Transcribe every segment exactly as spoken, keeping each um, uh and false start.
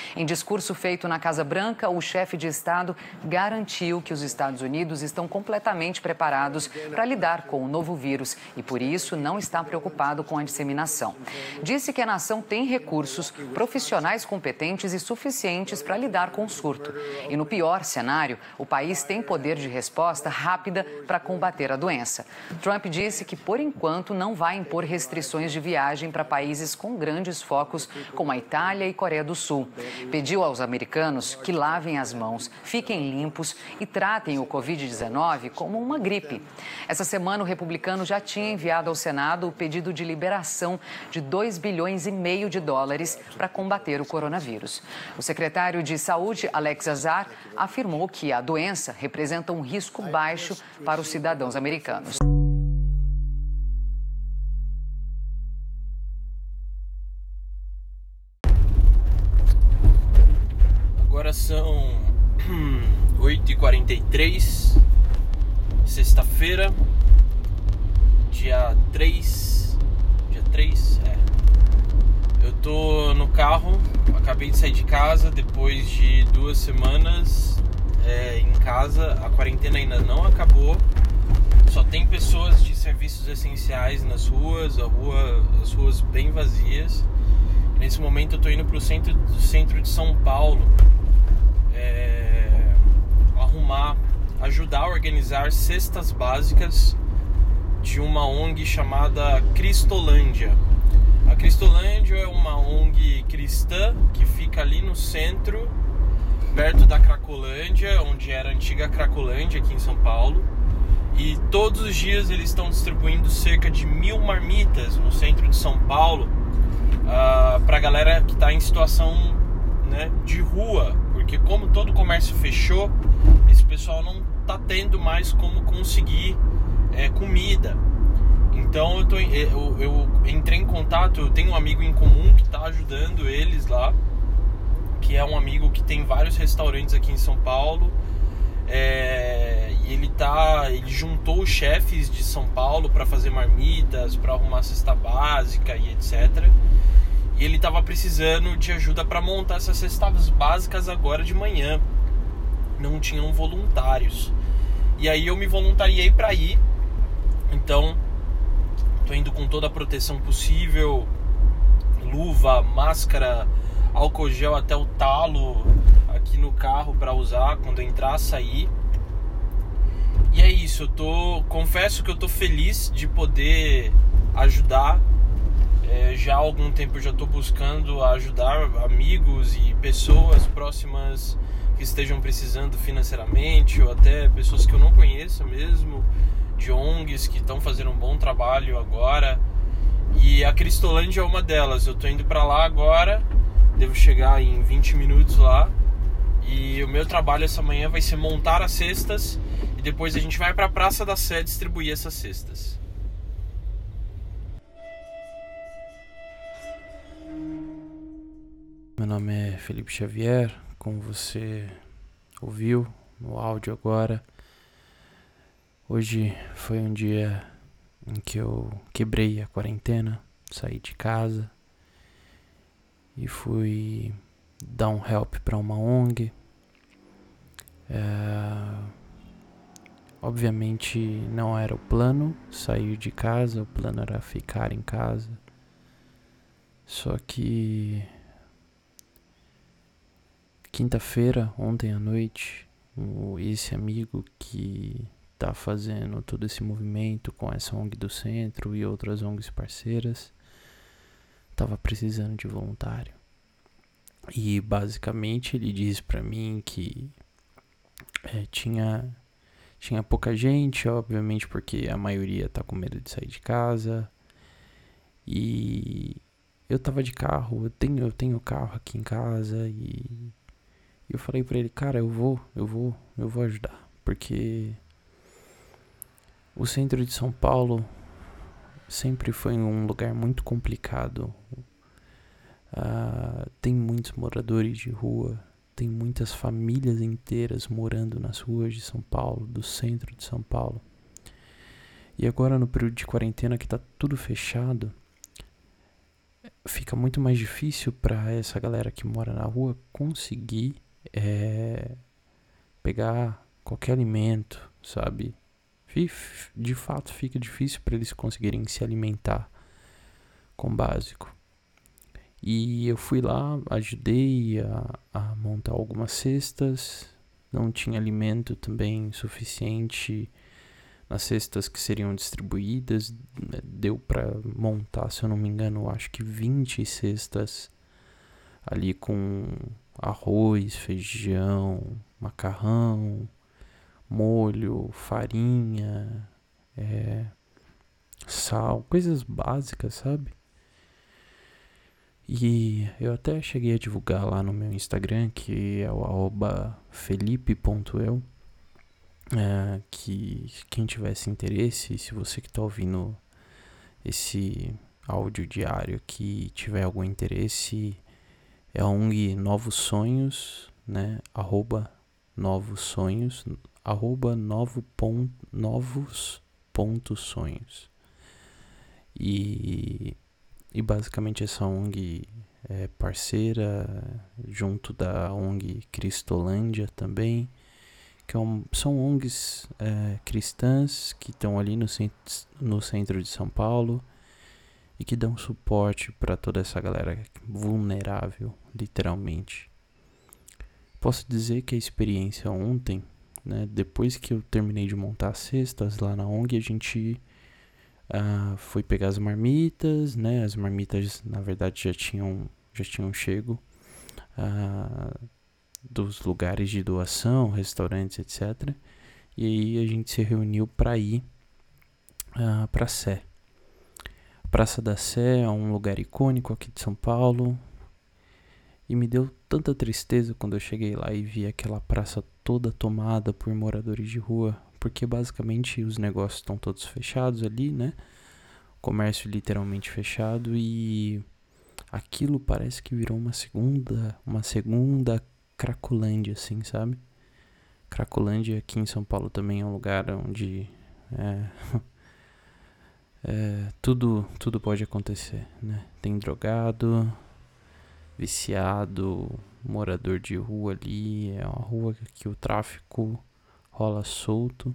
Em discurso feito na Casa Branca, o chefe de Estado garantiu que os Estados Unidos estão completamente preparados para lidar com o novo vírus e, por isso, não está preocupado com a disseminação. Disse que a nação tem recursos, profissionais competentes e suficientes para lidar com o surto. E, no pior cenário, o país tem poder de resposta rápida para combater a doença. Trump disse que, por enquanto, não vai impor restrições de viagem para países com grandes focos, como a Itália e Coreia do Sul. Pediu aos americanos que lavem as mãos, fiquem limpos e tratem o covid dezenove como uma gripe. Essa semana, o republicano já tinha enviado ao Senado o pedido de liberação de dois bilhões e meio de dólares para combater o coronavírus. O secretário de Saúde, Alex Azar, afirmou que a doença representa um risco baixo para os cidadãos americanos. Agora são oito e quarenta e três, sexta-feira, dia três, dia três, é. Eu tô no carro, acabei de sair de casa depois de duas semanas é, em casa. A quarentena ainda não acabou, só tem pessoas de serviços essenciais nas ruas, a rua, as ruas bem vazias. Nesse momento eu tô indo pro centro, centro de São Paulo, é, arrumar, ajudar a organizar cestas básicas de uma O N G chamada Cristolândia. A Cristolândia é uma O N G cristã que fica ali no centro, perto da Cracolândia, onde era a antiga Cracolândia aqui em São Paulo. E todos os dias eles estão distribuindo cerca de mil marmitas no centro de São Paulo uh, para a galera que está em situação, né, de rua. Porque como todo o comércio fechou, esse pessoal não está tendo mais como conseguir é, comida. Então eu, tô, eu, eu entrei em contato, eu tenho um amigo em comum que está ajudando eles lá, que é um amigo que tem vários restaurantes aqui em São Paulo, é, e ele, tá, ele juntou os chefes de São Paulo para fazer marmitas, para arrumar cesta básica e etcétera. E ele estava precisando de ajuda para montar essas cestas básicas agora de manhã. Não tinham voluntários. E aí eu me voluntariei para ir. Então, tô indo com toda a proteção possível, luva, máscara, álcool gel até o talo aqui no carro para usar quando entrar, sair. E é isso, eu tô, confesso que eu tô feliz de poder ajudar. É, já há algum tempo eu já tô buscando ajudar amigos e pessoas próximas que estejam precisando financeiramente, ou até pessoas que eu não conheço mesmo, de O N Gs que estão fazendo um bom trabalho agora. E a Cristolândia é uma delas. Eu tô indo para lá agora, devo chegar em vinte minutos lá. E o meu trabalho essa manhã vai ser montar as cestas e depois a gente vai para a Praça da Sé distribuir essas cestas. Meu nome é Felipe Xavier, como você ouviu no áudio agora. Hoje foi um dia em que eu quebrei a quarentena, saí de casa e fui dar um help para uma O N G. É... Obviamente não era o plano sair de casa, o plano era ficar em casa. Só que quinta-feira, ontem à noite, esse amigo que tá fazendo todo esse movimento com essa O N G do centro e outras O N Gs parceiras tava precisando de voluntário. E basicamente ele disse pra mim que é, tinha, tinha pouca gente, obviamente porque a maioria tá com medo de sair de casa. E eu tava de carro, eu tenho, eu tenho carro aqui em casa e eu falei pra ele, cara, eu vou, eu vou, eu vou ajudar. Porque o centro de São Paulo sempre foi um lugar muito complicado. Uh, tem muitos moradores de rua, tem muitas famílias inteiras morando nas ruas de São Paulo, do centro de São Paulo. E agora no período de quarentena que tá tudo fechado, fica muito mais difícil para essa galera que mora na rua conseguir é, pegar qualquer alimento, sabe? De fato fica difícil para eles conseguirem se alimentar com o básico. E eu fui lá, ajudei a, a montar algumas cestas. Não tinha alimento também suficiente nas cestas que seriam distribuídas. Deu para montar, se eu não me engano, acho que vinte cestas ali com arroz, feijão, macarrão, molho, farinha, é, sal, coisas básicas, sabe? E eu até cheguei a divulgar lá no meu Instagram, que é o arroba felipe ponto eu, é, que quem tivesse interesse, se você que está ouvindo esse áudio diário aqui tiver algum interesse, é a ONG Novos Sonhos, né? Arroba Novos Sonhos, arroba novo ponto, novos ponto sonhos. E... E basicamente essa ONG é parceira junto da ONG Cristolândia também, que é um, são ONGs é, cristãs que estão ali no centro, no centro de São Paulo e que dão suporte para toda essa galera vulnerável, literalmente. Posso dizer que a experiência ontem, né, depois que eu terminei de montar as cestas lá na ONG, a gente... Uh, fui pegar as marmitas, né? As marmitas, na verdade, já tinham, já tinham chego uh, dos lugares de doação, restaurantes, etcétera. E aí a gente se reuniu para ir uh, para a Sé. A Praça da Sé é um lugar icônico aqui de São Paulo. E me deu tanta tristeza quando eu cheguei lá e vi aquela praça toda tomada por moradores de rua. Porque basicamente os negócios estão todos fechados ali, né? Comércio literalmente fechado e aquilo parece que virou uma segunda, uma segunda Cracolândia, assim, sabe? Cracolândia aqui em São Paulo também é um lugar onde é, é, tudo, tudo pode acontecer, né? Tem drogado, viciado, morador de rua ali, é uma rua que o tráfico rola solto.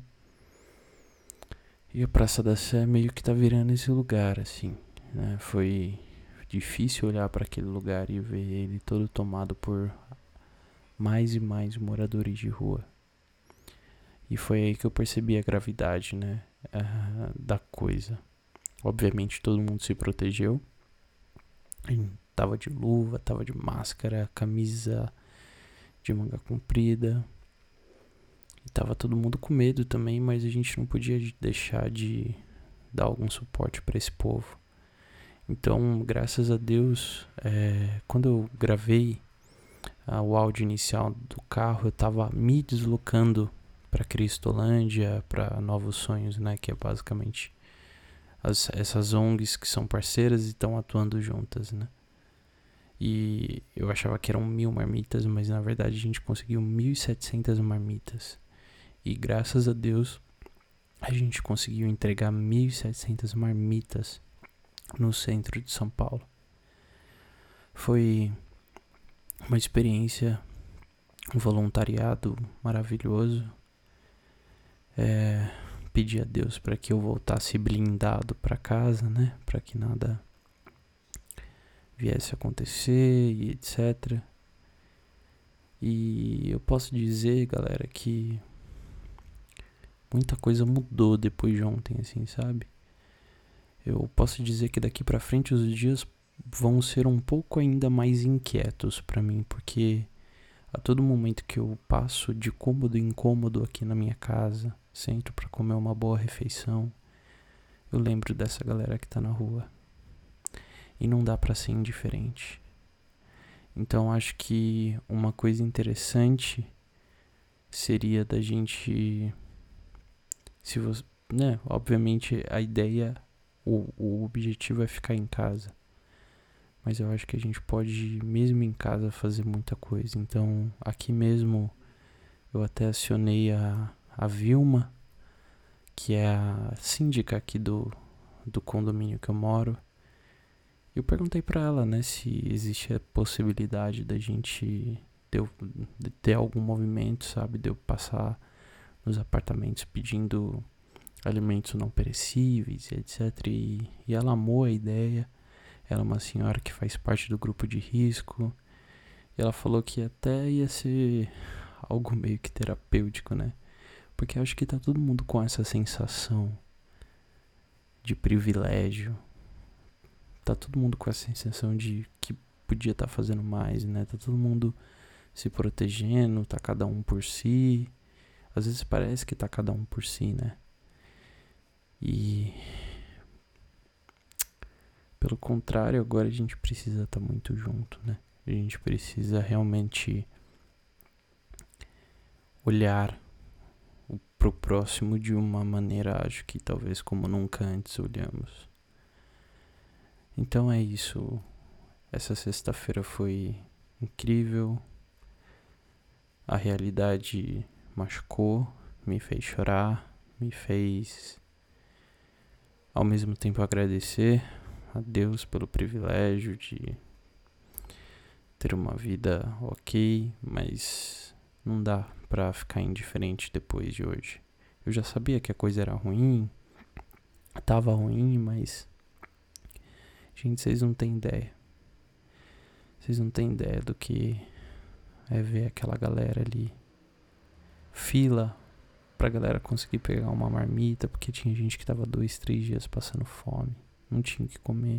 E a Praça da Sé meio que tá virando esse lugar, assim, né? Foi difícil olhar para aquele lugar e ver ele todo tomado por mais e mais moradores de rua. E foi aí que eu percebi a gravidade, né, uh, da coisa. Obviamente todo mundo se protegeu. Tava de luva, tava de máscara, camisa de manga comprida. E tava todo mundo com medo também, mas a gente não podia deixar de dar algum suporte para esse povo. Então, graças a Deus, é, quando eu gravei ah, o áudio inicial do carro, eu tava me deslocando para Cristolândia, para Novos Sonhos, né, que é basicamente as, essas ONGs que são parceiras e estão atuando juntas, né. E eu achava que eram mil marmitas, mas na verdade a gente conseguiu mil e setecentas marmitas. E graças a Deus a gente conseguiu entregar mil e setecentas marmitas no centro de São Paulo. Foi uma experiência, um voluntariado maravilhoso. É, pedi a Deus para que eu voltasse blindado para casa, né? Para que nada viesse a acontecer e etcétera. E eu posso dizer, galera, que muita coisa mudou depois de ontem, assim, sabe? Eu posso dizer que daqui pra frente os dias vão ser um pouco ainda mais inquietos pra mim, porque a todo momento que eu passo de cômodo em cômodo aqui na minha casa, sento pra comer uma boa refeição, eu lembro dessa galera que tá na rua. E não dá pra ser indiferente. Então acho que uma coisa interessante seria da gente... Se você, né, obviamente a ideia, o, o objetivo é ficar em casa. Mas eu acho que a gente pode, mesmo em casa, fazer muita coisa. Então, aqui mesmo, eu até acionei a, a Vilma, que é a síndica aqui do, do condomínio que eu moro. Eu perguntei pra ela, né, se existe a possibilidade da gente de, eu, de ter algum movimento, sabe, de eu passar nos apartamentos pedindo alimentos não perecíveis, etcétera. E, e ela amou a ideia. Ela é uma senhora que faz parte do grupo de risco. E ela falou que até ia ser algo meio que terapêutico, né? Porque eu acho que tá todo mundo com essa sensação de privilégio. Tá todo mundo com essa sensação de que podia estar tá fazendo mais, né? Tá todo mundo se protegendo, tá cada um por si. Às vezes parece que tá cada um por si, né? E pelo contrário, agora a gente precisa estar tá muito junto, né? A gente precisa realmente olhar pro próximo de uma maneira, acho que talvez como nunca antes olhamos. Então é isso. Essa sexta-feira foi incrível. A realidade machucou, me fez chorar, me fez ao mesmo tempo agradecer a Deus pelo privilégio de ter uma vida ok, mas não dá pra ficar indiferente depois de hoje. Eu já sabia que a coisa era ruim, tava ruim, mas gente, vocês não têm ideia. Vocês não têm ideia do que é ver aquela galera ali, fila pra galera conseguir pegar uma marmita, porque tinha gente que tava dois, três dias passando fome, não tinha o que comer.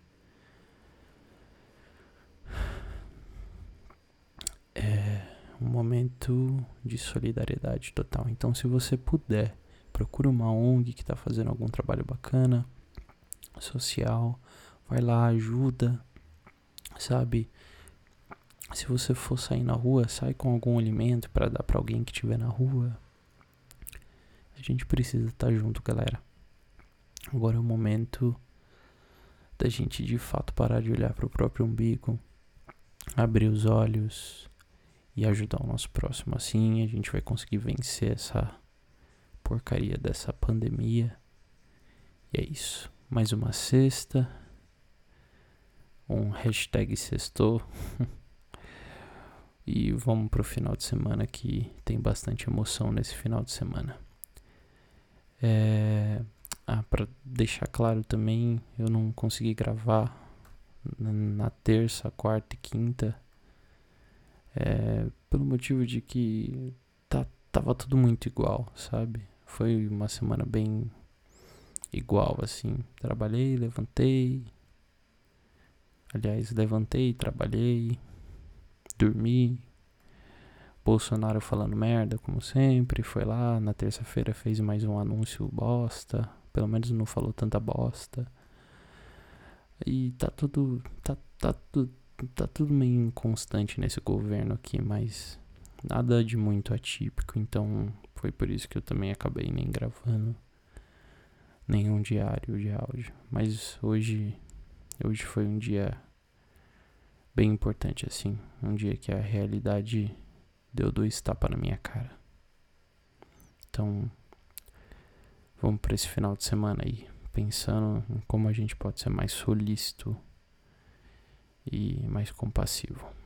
É um momento de solidariedade total. Então, se você puder, procura uma O N G que tá fazendo algum trabalho bacana, social, vai lá, ajuda, sabe? Se você for sair na rua, sai com algum alimento pra dar pra alguém que estiver na rua. A gente precisa estar junto, galera. Agora é o momento da gente de fato parar de olhar pro próprio umbigo, abrir os olhos e ajudar o nosso próximo. Assim a gente vai conseguir vencer essa porcaria dessa pandemia. E é isso. Mais uma sexta. Um hashtag sextou. E vamos pro final de semana, que tem bastante emoção nesse final de semana. É... Ah, pra deixar claro também, eu não consegui gravar na terça, quarta e quinta. É... Pelo motivo de que tá, tava tudo muito igual, sabe? Foi uma semana bem igual, assim. Trabalhei, levantei. Aliás, levantei, trabalhei. Dormi. Bolsonaro falando merda, como sempre. Foi lá, na terça-feira fez mais um anúncio bosta. Pelo menos não falou tanta bosta. E tá tudo. Tá, tá, tudo, tá tudo meio inconstante nesse governo aqui, mas nada de muito atípico. Então foi por isso que eu também acabei nem gravando nenhum diário de áudio. Mas hoje. Hoje foi um dia bem importante, assim. Um dia que a realidade deu dois tapas na minha cara. Então, vamos para esse final de semana aí, pensando em como a gente pode ser mais solícito e mais compassivo.